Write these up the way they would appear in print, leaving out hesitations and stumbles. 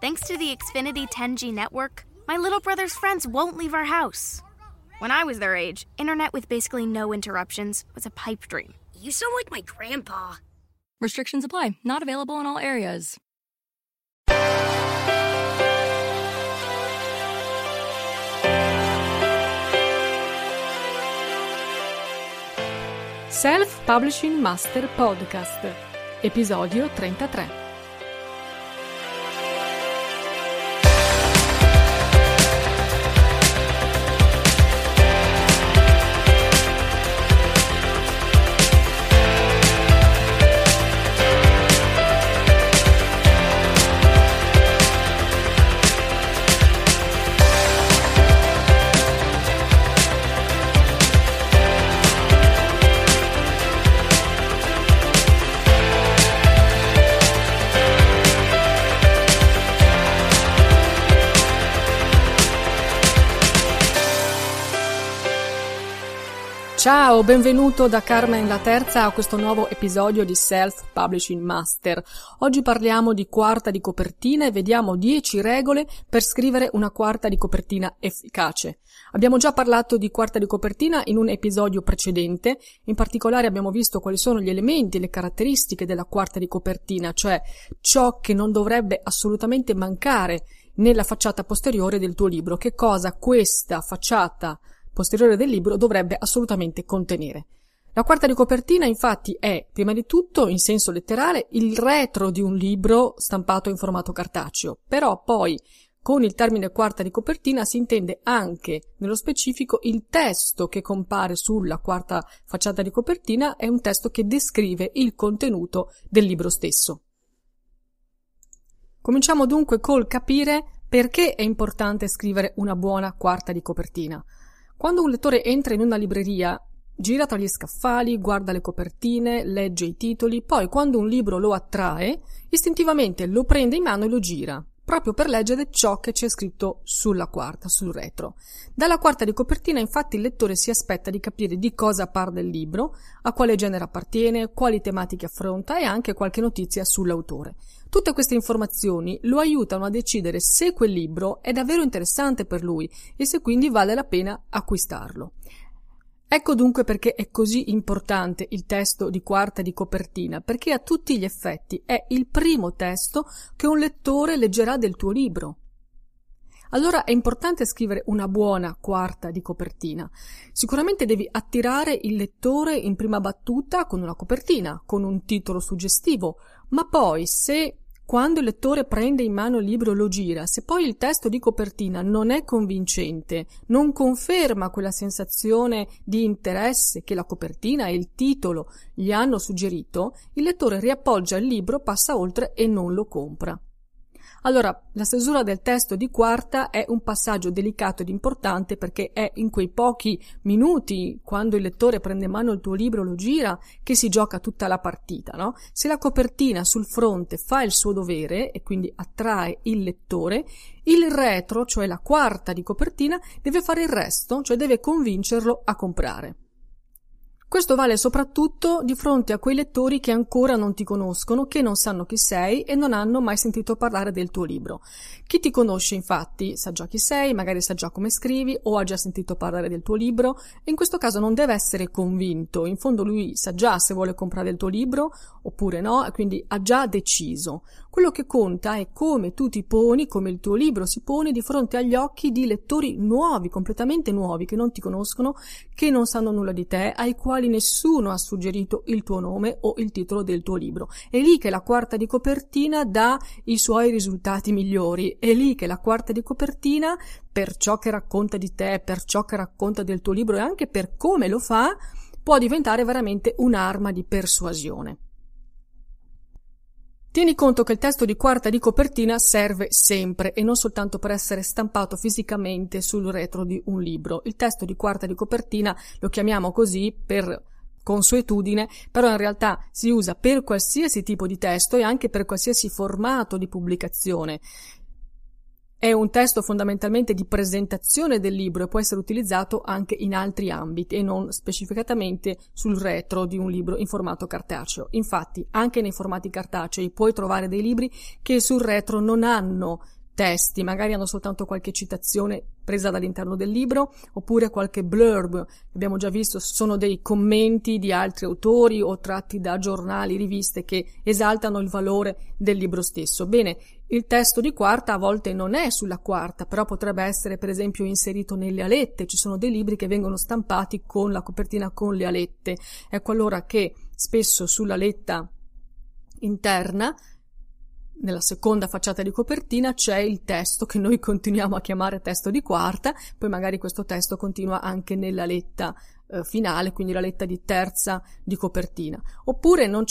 Thanks to the Xfinity 10G network, my little brother's friends won't leave our house. When I was their age, internet with basically no interruptions was a pipe dream. You sound like my grandpa. Restrictions apply. Not available in all areas. Self-Publishing Master Podcast, episodio 33. Ciao, benvenuto da Carmen la Terza a questo nuovo episodio di Self-Publishing Master. Oggi parliamo di quarta di copertina e vediamo 10 regole per scrivere una quarta di copertina efficace. Abbiamo già parlato di quarta di copertina in un episodio precedente, in particolare abbiamo visto quali sono gli elementi e le caratteristiche della quarta di copertina, cioè ciò che non dovrebbe assolutamente mancare nella facciata posteriore del tuo libro, che cosa questa facciata posteriore del libro dovrebbe assolutamente contenere. La quarta di copertina infatti è, prima di tutto, in senso letterale, il retro di un libro stampato in formato cartaceo, però poi con il termine quarta di copertina si intende anche, nello specifico, il testo che compare sulla quarta facciata di copertina è un testo che descrive il contenuto del libro stesso. Cominciamo dunque col capire perché è importante scrivere una buona quarta di copertina. Quando un lettore entra in una libreria, gira tra gli scaffali, guarda le copertine, legge i titoli, poi quando un libro lo attrae, istintivamente lo prende in mano e lo gira, proprio per leggere ciò che c'è scritto sulla quarta, sul retro. Dalla quarta di copertina, infatti, il lettore si aspetta di capire di cosa parla il libro, a quale genere appartiene, quali tematiche affronta e anche qualche notizia sull'autore. Tutte queste informazioni lo aiutano a decidere se quel libro è davvero interessante per lui e se quindi vale la pena acquistarlo. Ecco dunque perché è così importante il testo di quarta di copertina, perché a tutti gli effetti è il primo testo che un lettore leggerà del tuo libro. Allora è importante scrivere una buona quarta di copertina. Sicuramente devi attirare il lettore in prima battuta con una copertina, con un titolo suggestivo, ma poi se quando il lettore prende in mano il libro e lo gira, se poi il testo di copertina non è convincente, non conferma quella sensazione di interesse che la copertina e il titolo gli hanno suggerito, il lettore riappoggia il libro, passa oltre e non lo compra. Allora, la stesura del testo di quarta è un passaggio delicato ed importante perché è in quei pochi minuti, quando il lettore prende in mano il tuo libro e lo gira, che si gioca tutta la partita, no? Se la copertina sul fronte fa il suo dovere e quindi attrae il lettore, il retro, cioè la quarta di copertina, deve fare il resto, cioè deve convincerlo a comprare. Questo vale soprattutto di fronte a quei lettori che ancora non ti conoscono, che non sanno chi sei e non hanno mai sentito parlare del tuo libro. Chi ti conosce infatti sa già chi sei, magari sa già come scrivi o ha già sentito parlare del tuo libro e in questo caso non deve essere convinto, in fondo lui sa già se vuole comprare il tuo libro oppure no, quindi ha già deciso. Quello che conta è come tu ti poni, come il tuo libro si pone di fronte agli occhi di lettori nuovi, completamente nuovi, che non ti conoscono, che non sanno nulla di te, ai quali nessuno ha suggerito il tuo nome o il titolo del tuo libro. È lì che la quarta di copertina dà i suoi risultati migliori, è lì che la quarta di copertina, per ciò che racconta di te, per ciò che racconta del tuo libro e anche per come lo fa, può diventare veramente un'arma di persuasione. Tieni conto che il testo di quarta di copertina serve sempre e non soltanto per essere stampato fisicamente sul retro di un libro. Il testo di quarta di copertina lo chiamiamo così per consuetudine, però in realtà si usa per qualsiasi tipo di testo e anche per qualsiasi formato di pubblicazione. È un testo fondamentalmente di presentazione del libro e può essere utilizzato anche in altri ambiti e non specificatamente sul retro di un libro in formato cartaceo. Infatti, anche nei formati cartacei puoi trovare dei libri che sul retro non hanno testi, magari hanno soltanto qualche citazione presa dall'interno del libro, oppure qualche blurb, abbiamo già visto, sono dei commenti di altri autori o tratti da giornali, riviste che esaltano il valore del libro stesso. Bene, il testo di quarta a volte non è sulla quarta, però potrebbe essere per esempio inserito nelle alette. Ci sono dei libri che vengono stampati con la copertina con le alette. Ecco allora che spesso sulla aletta interna, nella seconda facciata di copertina, c'è il testo che noi continuiamo a chiamare testo di quarta, poi magari questo testo continua anche nella letta finale, quindi la letta di terza di copertina. Oppure non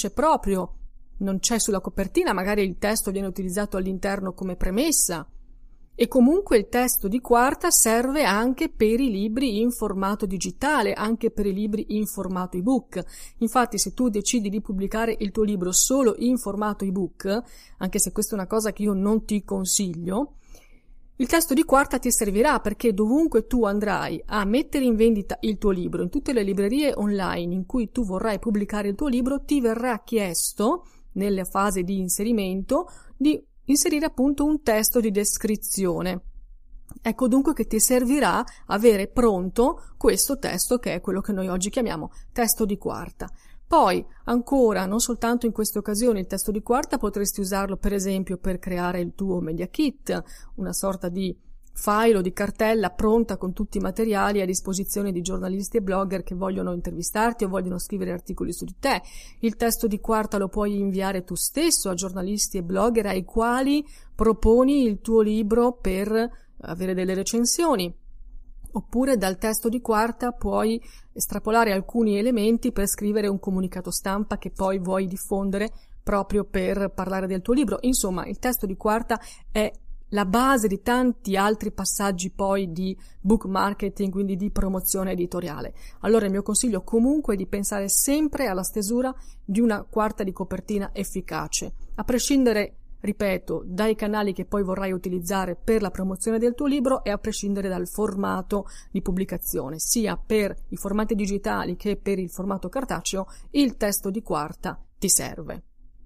c'è sulla copertina, magari il testo viene utilizzato all'interno come premessa. E comunque il testo di quarta serve anche per i libri in formato digitale, anche per i libri in formato ebook. Infatti, se tu decidi di pubblicare il tuo libro solo in formato ebook, anche se questa è una cosa che io non ti consiglio, il testo di quarta ti servirà perché dovunque tu andrai a mettere in vendita il tuo libro, in tutte le librerie online in cui tu vorrai pubblicare il tuo libro, ti verrà chiesto, nella fase di inserimento, di inserire appunto un testo di descrizione. Ecco dunque che ti servirà avere pronto questo testo, che è quello che noi oggi chiamiamo testo di quarta. Poi ancora, non soltanto in queste occasioni, il testo di quarta potresti usarlo per esempio per creare il tuo media kit, una sorta di file o di cartella pronta con tutti i materiali a disposizione di giornalisti e blogger che vogliono intervistarti o vogliono scrivere articoli su di te. Il testo di quarta lo puoi inviare tu stesso a giornalisti e blogger ai quali proponi il tuo libro per avere delle recensioni. Oppure dal testo di quarta puoi estrapolare alcuni elementi per scrivere un comunicato stampa che poi vuoi diffondere proprio per parlare del tuo libro. Insomma, il testo di quarta è la base di tanti altri passaggi poi di book marketing, quindi di promozione editoriale. Allora il mio consiglio comunque è di pensare sempre alla stesura di una quarta di copertina efficace, a prescindere, ripeto, dai canali che poi vorrai utilizzare per la promozione del tuo libro e a prescindere dal formato di pubblicazione, sia per i formati digitali che per il formato cartaceo, il testo di quarta ti serve.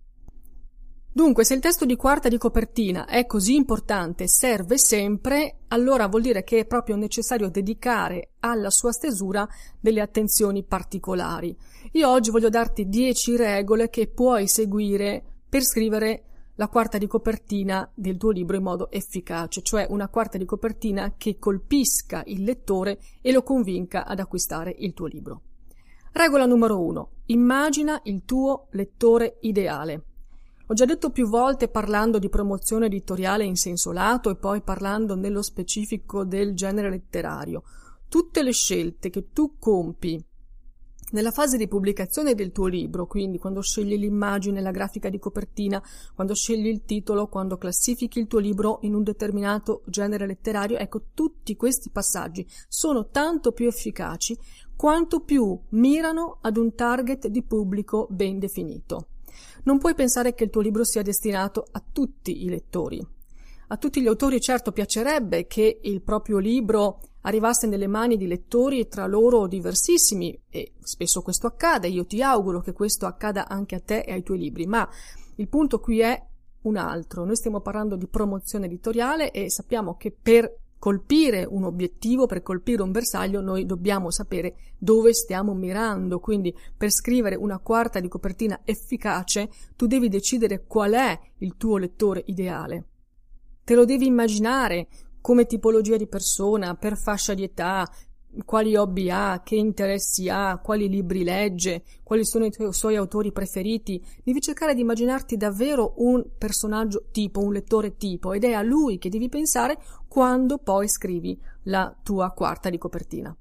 Dunque, se il testo di quarta di copertina è così importante, serve sempre, allora vuol dire che è proprio necessario dedicare alla sua stesura delle attenzioni particolari. Io oggi voglio darti 10 regole che puoi seguire per scrivere la quarta di copertina del tuo libro in modo efficace, cioè una quarta di copertina che colpisca il lettore e lo convinca ad acquistare il tuo libro. Regola numero 1. Immagina il tuo lettore ideale. Ho già detto più volte, parlando di promozione editoriale in senso lato e poi parlando nello specifico del genere letterario, tutte le scelte che tu compi nella fase di pubblicazione del tuo libro, quindi quando scegli l'immagine, la grafica di copertina, quando scegli il titolo, quando classifichi il tuo libro in un determinato genere letterario, ecco, tutti questi passaggi sono tanto più efficaci quanto più mirano ad un target di pubblico ben definito. Non puoi pensare che il tuo libro sia destinato a tutti i lettori. A tutti gli autori certo piacerebbe che il proprio libro arrivasse nelle mani di lettori tra loro diversissimi, e spesso questo accade. Io ti auguro che questo accada anche a te e ai tuoi libri, ma il punto qui è un altro. Noi stiamo parlando di promozione editoriale e sappiamo che per colpire un obiettivo, per colpire un bersaglio, noi dobbiamo sapere dove stiamo mirando. Quindi per scrivere una quarta di copertina efficace tu devi decidere qual è il tuo lettore ideale. Te lo devi immaginare come tipologia di persona, per fascia di età, quali hobby ha, che interessi ha, quali libri legge, quali sono i suoi autori preferiti. Devi cercare di immaginarti davvero un personaggio tipo, un lettore tipo, ed è a lui che devi pensare quando poi scrivi la tua quarta di copertina.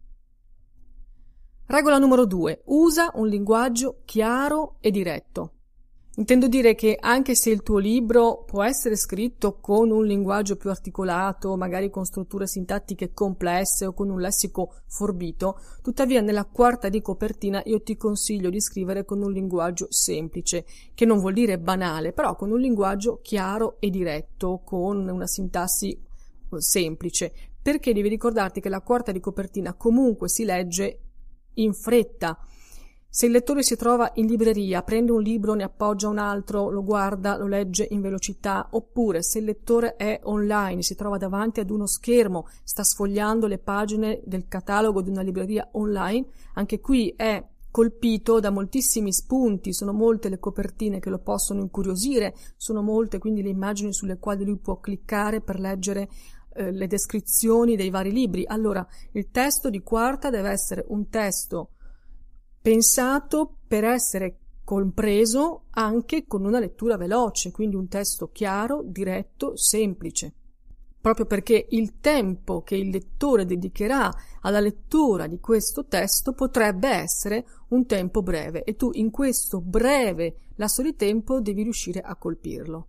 Regola numero 2. Usa un linguaggio chiaro e diretto. Intendo dire che anche se il tuo libro può essere scritto con un linguaggio più articolato, magari con strutture sintattiche complesse o con un lessico forbito, tuttavia nella quarta di copertina io ti consiglio di scrivere con un linguaggio semplice, che non vuol dire banale, però con un linguaggio chiaro e diretto, con una sintassi semplice, perché devi ricordarti che la quarta di copertina comunque si legge in fretta. Se il lettore si trova in libreria, prende un libro, ne appoggia un altro, lo guarda, lo legge in velocità, oppure se il lettore è online, si trova davanti ad uno schermo, sta sfogliando le pagine del catalogo di una libreria online, anche qui è colpito da moltissimi spunti, sono molte le copertine che lo possono incuriosire, sono molte quindi le immagini sulle quali lui può cliccare per leggere le descrizioni dei vari libri. Allora, il testo di quarta deve essere un testo pensato per essere compreso anche con una lettura veloce, quindi un testo chiaro, diretto, semplice. Proprio perché il tempo che il lettore dedicherà alla lettura di questo testo potrebbe essere un tempo breve e tu in questo breve lasso di tempo devi riuscire a colpirlo.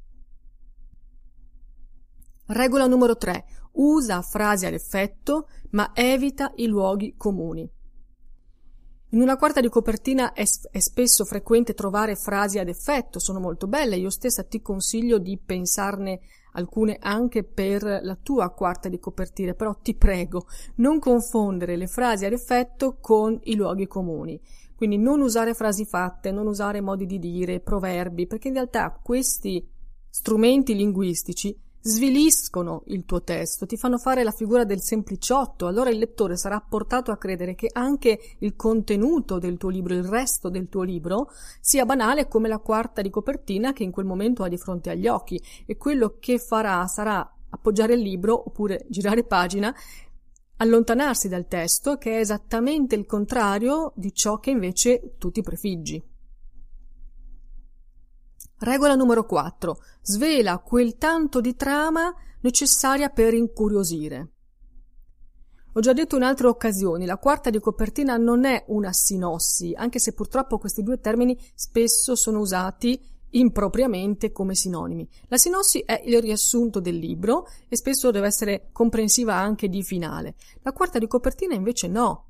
Regola numero 3. Usa frasi ad effetto, ma evita i luoghi comuni. In una quarta di copertina è spesso frequente trovare frasi ad effetto, sono molto belle, io stessa ti consiglio di pensarne alcune anche per la tua quarta di copertina, però ti prego, non confondere le frasi ad effetto con i luoghi comuni. Quindi non usare frasi fatte, non usare modi di dire, proverbi, perché in realtà questi strumenti linguistici sviliscono il tuo testo, ti fanno fare la figura del sempliciotto, allora il lettore sarà portato a credere che anche il contenuto del tuo libro, il resto del tuo libro, sia banale come la quarta di copertina che in quel momento ha di fronte agli occhi, e quello che farà sarà appoggiare il libro oppure girare pagina, allontanarsi dal testo, che è esattamente il contrario di ciò che invece tu ti prefiggi. Regola numero 4. Svela quel tanto di trama necessaria per incuriosire. Ho già detto in altre occasioni, la quarta di copertina non è una sinossi, anche se purtroppo questi due termini spesso sono usati impropriamente come sinonimi. La sinossi è il riassunto del libro e spesso deve essere comprensiva anche di finale. La quarta di copertina invece no.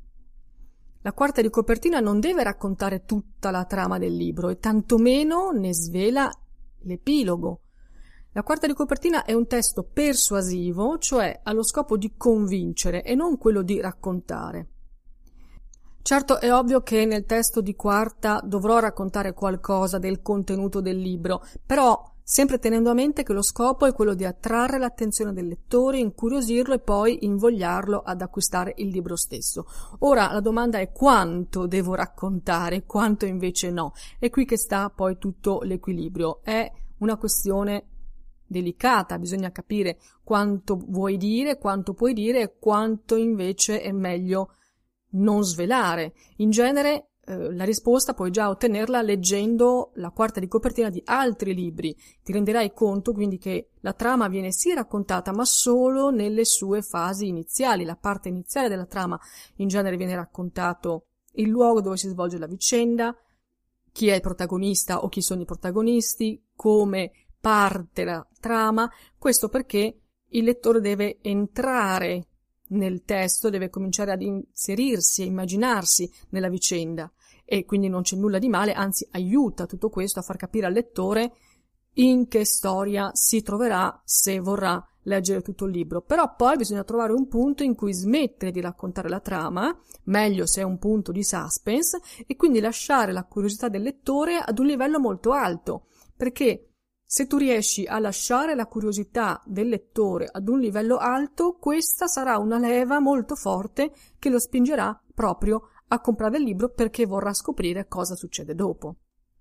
La quarta di copertina non deve raccontare tutta la trama del libro e tantomeno ne svela l'epilogo. La quarta di copertina è un testo persuasivo, cioè ha lo scopo di convincere e non quello di raccontare. Certo, è ovvio che nel testo di quarta dovrò raccontare qualcosa del contenuto del libro, però sempre tenendo a mente che lo scopo è quello di attrarre l'attenzione del lettore, incuriosirlo e poi invogliarlo ad acquistare il libro stesso. Ora la domanda è quanto devo raccontare, quanto invece no. È qui che sta poi tutto l'equilibrio. È una questione delicata, bisogna capire quanto vuoi dire, quanto puoi dire e quanto invece è meglio non svelare. In genere la risposta puoi già ottenerla leggendo la quarta di copertina di altri libri. Ti renderai conto quindi che la trama viene sì raccontata, ma solo nelle sue fasi iniziali. La parte iniziale della trama in genere viene raccontato il luogo dove si svolge la vicenda, chi è il protagonista o chi sono i protagonisti, come parte la trama. Questo perché il lettore deve entrare nel testo, deve cominciare ad inserirsi e immaginarsi nella vicenda, e quindi non c'è nulla di male, anzi aiuta tutto questo a far capire al lettore in che storia si troverà se vorrà leggere tutto il libro. Però poi bisogna trovare un punto in cui smettere di raccontare la trama, meglio se è un punto di suspense, e quindi lasciare la curiosità del lettore ad un livello molto alto, perché se tu riesci a lasciare la curiosità del lettore ad un livello alto, questa sarà una leva molto forte che lo spingerà proprio a comprare il libro perché vorrà scoprire cosa succede dopo.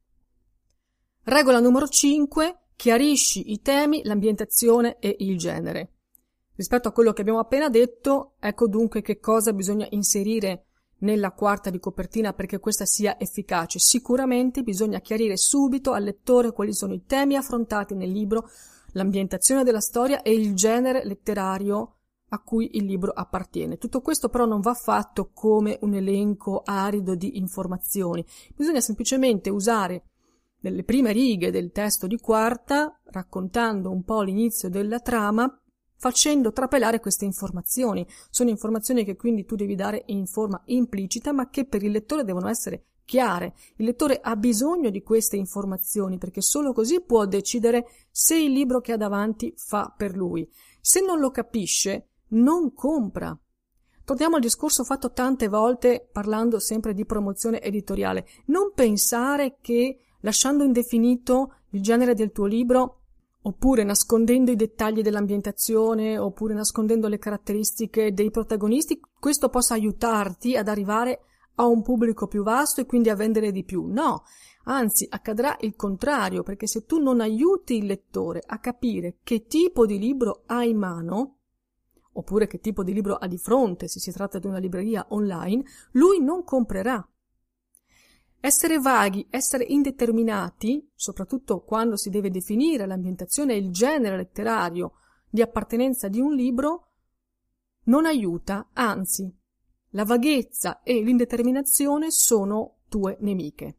Regola numero 5. Chiarisci i temi, l'ambientazione e il genere. Rispetto a quello che abbiamo appena detto, ecco dunque che cosa bisogna inserire nella quarta di copertina perché questa sia efficace. Sicuramente bisogna chiarire subito al lettore quali sono i temi affrontati nel libro, l'ambientazione della storia e il genere letterario a cui il libro appartiene. Tutto questo però non va fatto come un elenco arido di informazioni. Bisogna semplicemente usare nelle prime righe del testo di quarta, raccontando un po' l'inizio della trama, facendo trapelare queste informazioni. Sono informazioni che quindi tu devi dare in forma implicita, ma che per il lettore devono essere chiare. Il lettore ha bisogno di queste informazioni perché solo così può decidere se il libro che ha davanti fa per lui. Se non lo capisce, non compra. Torniamo al discorso fatto tante volte parlando sempre di promozione editoriale. Non pensare che lasciando indefinito il genere del tuo libro, oppure nascondendo i dettagli dell'ambientazione, oppure nascondendo le caratteristiche dei protagonisti, questo possa aiutarti ad arrivare a un pubblico più vasto e quindi a vendere di più. No, anzi accadrà il contrario, perché se tu non aiuti il lettore a capire che tipo di libro ha in mano, oppure che tipo di libro ha di fronte, se si tratta di una libreria online, lui non comprerà. Essere vaghi, essere indeterminati, soprattutto quando si deve definire l'ambientazione e il genere letterario di appartenenza di un libro, non aiuta, anzi, la vaghezza e l'indeterminazione sono tue nemiche.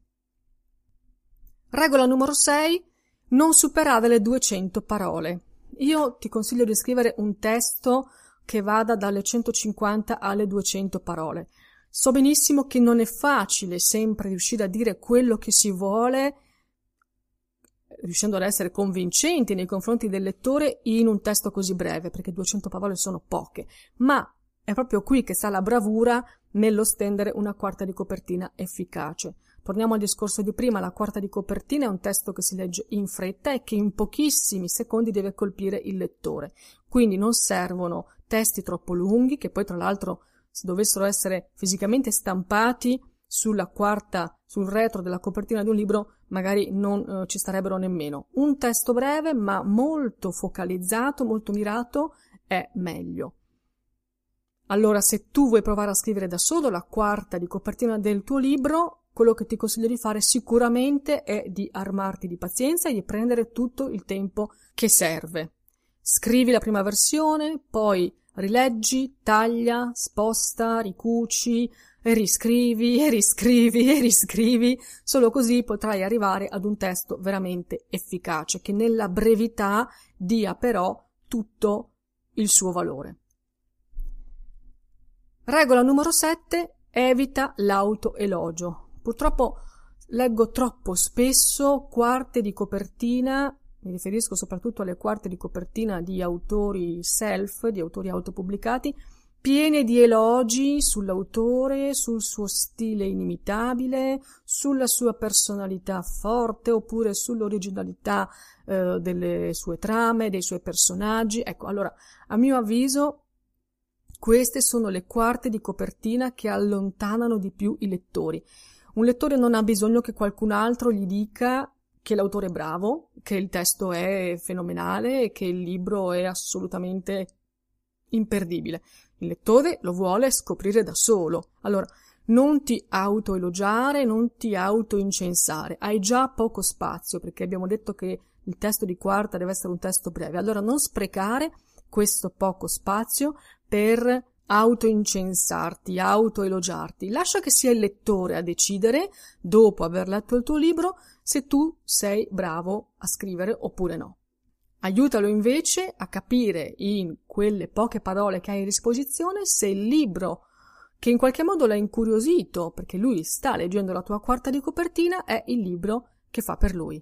Regola numero 6. Non superare le 200 parole. Io ti consiglio di scrivere un testo che vada dalle 150 alle 200 parole. So benissimo che non è facile sempre riuscire a dire quello che si vuole, riuscendo ad essere convincenti nei confronti del lettore in un testo così breve, perché 200 parole sono poche, ma è proprio qui che sta la bravura nello stendere una quarta di copertina efficace. Torniamo al discorso di prima, la quarta di copertina è un testo che si legge in fretta e che in pochissimi secondi deve colpire il lettore. Quindi non servono testi troppo lunghi, che poi tra l'altro se dovessero essere fisicamente stampati sul retro della copertina di un libro, magari non ci starebbero nemmeno. Un testo breve ma molto focalizzato, molto mirato, è meglio. Allora, se tu vuoi provare a scrivere da solo la quarta di copertina del tuo libro, quello che ti consiglio di fare sicuramente è di armarti di pazienza e di prendere tutto il tempo che serve. Scrivi la prima versione, poi rileggi, taglia, sposta, ricuci, e riscrivi, e riscrivi, e riscrivi. Solo così potrai arrivare ad un testo veramente efficace, che nella brevità dia però tutto il suo valore. Regola numero 7. Evita l'autoelogio. Purtroppo leggo troppo spesso quarte di copertina, mi riferisco soprattutto alle quarte di copertina di autori self, di autori autopubblicati, piene di elogi sull'autore, sul suo stile inimitabile, sulla sua personalità forte oppure sull'originalità delle sue trame, dei suoi personaggi. Ecco, allora, a mio avviso, queste sono le quarte di copertina che allontanano di più i lettori. Un lettore non ha bisogno che qualcun altro gli dica che l'autore è bravo, che il testo è fenomenale e che il libro è assolutamente imperdibile. Il lettore lo vuole scoprire da solo. Allora, non ti autoelogiare, non ti autoincensare. Hai già poco spazio, perché abbiamo detto che il testo di quarta deve essere un testo breve. Allora, non sprecare questo poco spazio per autoincensarti, autoelogiarti. Lascia che sia il lettore a decidere, dopo aver letto il tuo libro, se tu sei bravo a scrivere oppure no. Aiutalo invece a capire in quelle poche parole che hai a disposizione se il libro che in qualche modo l'ha incuriosito, perché lui sta leggendo la tua quarta di copertina, è il libro che fa per lui.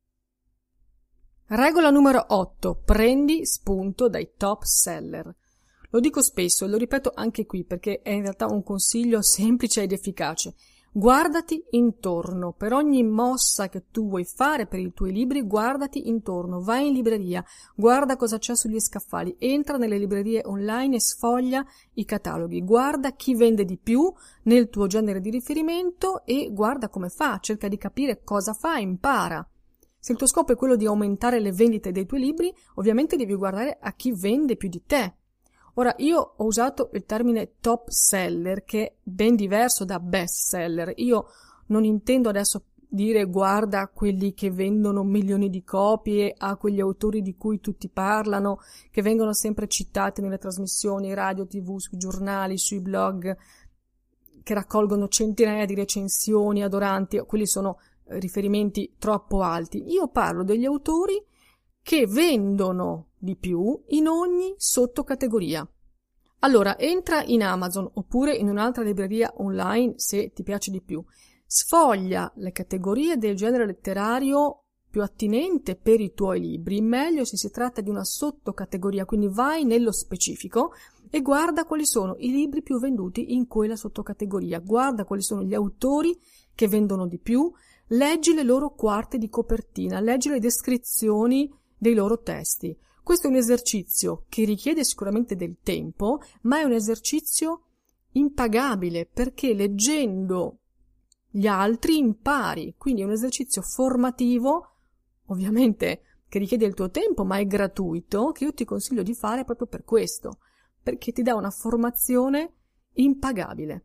Regola numero 8. Prendi spunto dai top seller. Lo dico spesso e lo ripeto anche qui perché è in realtà un consiglio semplice ed efficace. Guardati intorno. Per ogni mossa che tu vuoi fare per i tuoi libri, guardati intorno. Vai in libreria, guarda cosa c'è sugli scaffali, entra nelle librerie online e sfoglia i cataloghi. Guarda chi vende di più nel tuo genere di riferimento e guarda come fa. Cerca di capire cosa fa, impara. Se il tuo scopo è quello di aumentare le vendite dei tuoi libri, ovviamente devi guardare a chi vende più di te. Ora, io ho usato il termine top seller, che è ben diverso da best seller. Io non intendo adesso dire guarda quelli che vendono milioni di copie, a quegli autori di cui tutti parlano, che vengono sempre citati nelle trasmissioni radio, tv, sui giornali, sui blog, che raccolgono centinaia di recensioni adoranti. Quelli sono riferimenti troppo alti. Io parlo degli autori che vendono di più in ogni sottocategoria. Allora, entra in Amazon oppure in un'altra libreria online se ti piace di più. Sfoglia le categorie del genere letterario più attinente per i tuoi libri, meglio se si tratta di una sottocategoria, quindi vai nello specifico e guarda quali sono i libri più venduti in quella sottocategoria, guarda quali sono gli autori che vendono di più, leggi le loro quarte di copertina, leggi le descrizioni dei loro testi. Questo è un esercizio che richiede sicuramente del tempo, ma è un esercizio impagabile perché leggendo gli altri impari, quindi è un esercizio formativo, ovviamente che richiede il tuo tempo, ma è gratuito, che io ti consiglio di fare proprio per questo, perché ti dà una formazione impagabile.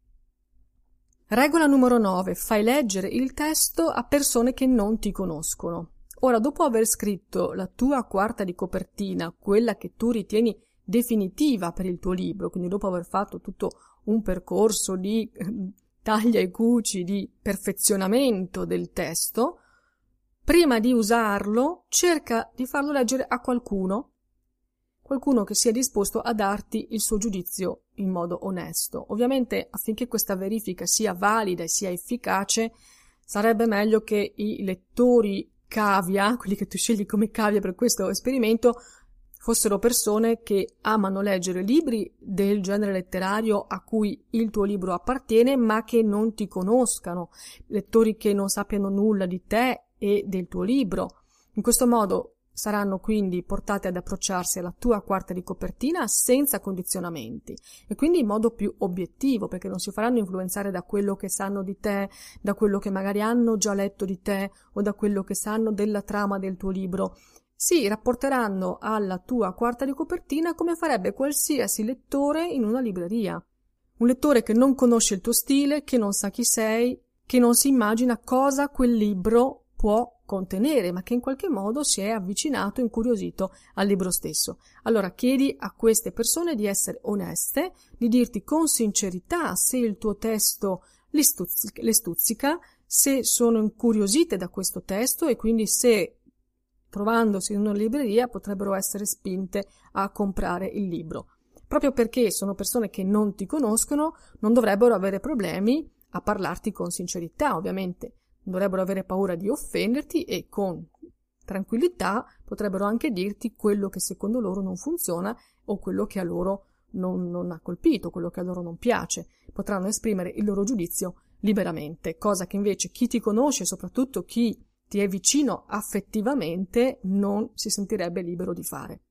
Regola numero 9. Fai leggere il testo a persone che non ti conoscono. Ora, dopo aver scritto la tua quarta di copertina, quella che tu ritieni definitiva per il tuo libro, quindi dopo aver fatto tutto un percorso di taglia e cuci, di perfezionamento del testo, prima di usarlo cerca di farlo leggere a qualcuno che sia disposto a darti il suo giudizio in modo onesto. Ovviamente, affinché questa verifica sia valida e sia efficace, sarebbe meglio che i lettori cavia, quelli che tu scegli come cavia per questo esperimento, fossero persone che amano leggere libri del genere letterario a cui il tuo libro appartiene, ma che non ti conoscano, lettori che non sappiano nulla di te e del tuo libro. In questo modo saranno quindi portati ad approcciarsi alla tua quarta di copertina senza condizionamenti e quindi in modo più obiettivo, perché non si faranno influenzare da quello che sanno di te, da quello che magari hanno già letto di te o da quello che sanno della trama del tuo libro. Si rapporteranno alla tua quarta di copertina come farebbe qualsiasi lettore in una libreria. Un lettore che non conosce il tuo stile, che non sa chi sei, che non si immagina cosa quel libro può contenere, ma che in qualche modo si è avvicinato, incuriosito al libro stesso. Allora chiedi a queste persone di essere oneste, di dirti con sincerità se il tuo testo le stuzzica, se sono incuriosite da questo testo e quindi se, trovandosi in una libreria, potrebbero essere spinte a comprare il libro. Proprio perché sono persone che non ti conoscono, non dovrebbero avere problemi a parlarti con sincerità, ovviamente. Non dovrebbero avere paura di offenderti e con tranquillità potrebbero anche dirti quello che secondo loro non funziona o quello che a loro non ha colpito, quello che a loro non piace. Potranno esprimere il loro giudizio liberamente, cosa che invece chi ti conosce, soprattutto chi ti è vicino affettivamente, non si sentirebbe libero di fare.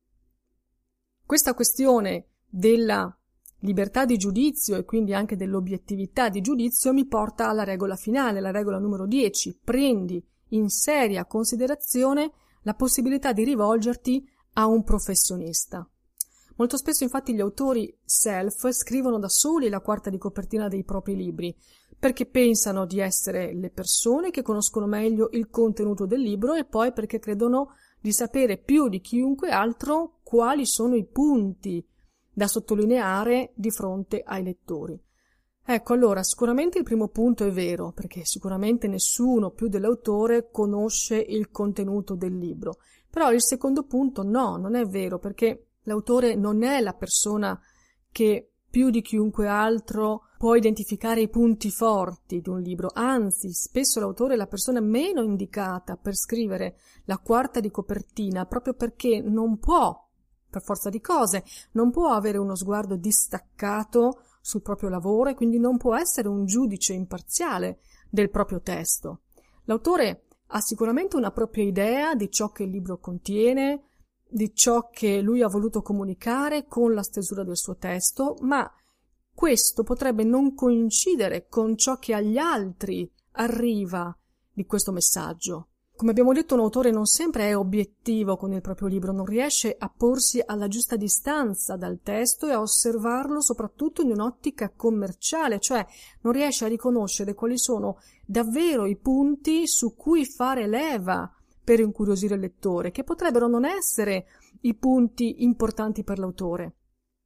Questa questione della libertà di giudizio e quindi anche dell'obiettività di giudizio mi porta alla regola finale, la regola numero 10. Prendi in seria considerazione la possibilità di rivolgerti a un professionista. Molto spesso infatti gli autori self scrivono da soli la quarta di copertina dei propri libri, perché pensano di essere le persone che conoscono meglio il contenuto del libro e poi perché credono di sapere più di chiunque altro quali sono i punti da sottolineare di fronte ai lettori. Ecco, allora, sicuramente il primo punto è vero, perché sicuramente nessuno più dell'autore conosce il contenuto del libro. Però il secondo punto no, non è vero, perché l'autore non è la persona che più di chiunque altro può identificare i punti forti di un libro, anzi, spesso l'autore è la persona meno indicata per scrivere la quarta di copertina, proprio perché non può, per forza di cose, non può avere uno sguardo distaccato sul proprio lavoro e quindi non può essere un giudice imparziale del proprio testo. L'autore ha sicuramente una propria idea di ciò che il libro contiene, di ciò che lui ha voluto comunicare con la stesura del suo testo, ma questo potrebbe non coincidere con ciò che agli altri arriva di questo messaggio. Come abbiamo detto, un autore non sempre è obiettivo con il proprio libro, non riesce a porsi alla giusta distanza dal testo e a osservarlo soprattutto in un'ottica commerciale, cioè non riesce a riconoscere quali sono davvero i punti su cui fare leva per incuriosire il lettore, che potrebbero non essere i punti importanti per l'autore.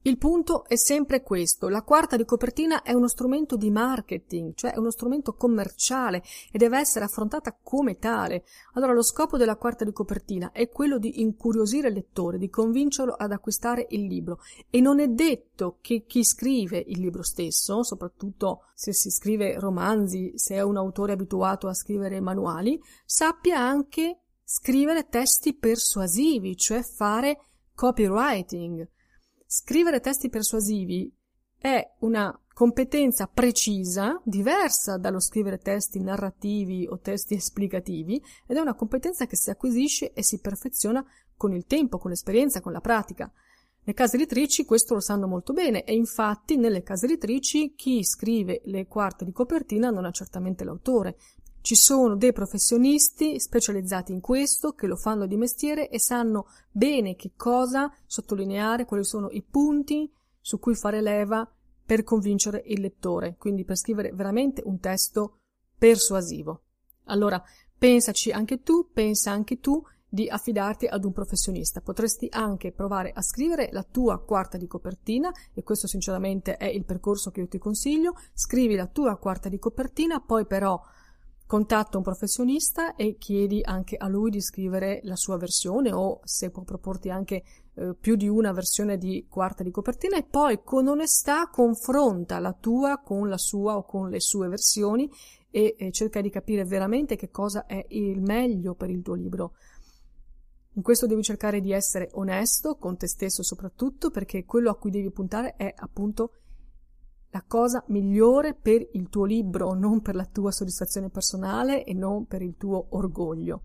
Il punto è sempre questo: la quarta di copertina è uno strumento di marketing, cioè è uno strumento commerciale e deve essere affrontata come tale. Allora lo scopo della quarta di copertina è quello di incuriosire il lettore, di convincerlo ad acquistare il libro, e non è detto che chi scrive il libro stesso, soprattutto se si scrive romanzi, se è un autore abituato a scrivere manuali, sappia anche scrivere testi persuasivi, cioè fare copywriting. Scrivere testi persuasivi è una competenza precisa, diversa dallo scrivere testi narrativi o testi esplicativi, ed è una competenza che si acquisisce e si perfeziona con il tempo, con l'esperienza, con la pratica. Le case editrici questo lo sanno molto bene, e infatti nelle case editrici chi scrive le quarte di copertina non è certamente l'autore. Ci sono dei professionisti specializzati in questo, che lo fanno di mestiere e sanno bene che cosa sottolineare, quali sono i punti su cui fare leva per convincere il lettore, quindi per scrivere veramente un testo persuasivo. Allora, pensa anche tu di affidarti ad un professionista. Potresti anche provare a scrivere la tua quarta di copertina, e questo sinceramente è il percorso che io ti consiglio. Scrivi la tua quarta di copertina, poi però contatta un professionista e chiedi anche a lui di scrivere la sua versione, o se può proporti anche più di una versione di quarta di copertina, e poi con onestà confronta la tua con la sua o con le sue versioni e cerca di capire veramente che cosa è il meglio per il tuo libro. In questo devi cercare di essere onesto con te stesso soprattutto, perché quello a cui devi puntare è appunto la cosa migliore per il tuo libro, non per la tua soddisfazione personale e non per il tuo orgoglio.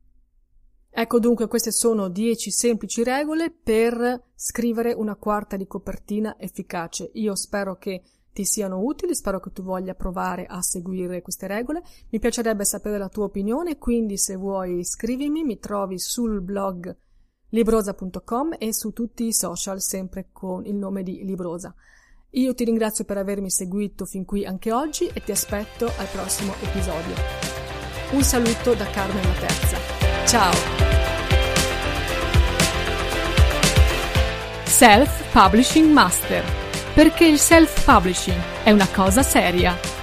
Ecco dunque, queste sono 10 semplici regole per scrivere una quarta di copertina efficace. Io spero che ti siano utili, spero che tu voglia provare a seguire queste regole. Mi piacerebbe sapere la tua opinione, quindi se vuoi scrivimi, mi trovi sul blog librosa.com e su tutti i social sempre con il nome di Librosa. Io ti ringrazio per avermi seguito fin qui anche oggi e ti aspetto al prossimo episodio. Un saluto da Carmen la Terza. Ciao! Self Publishing Master. Perché il self-publishing è una cosa seria.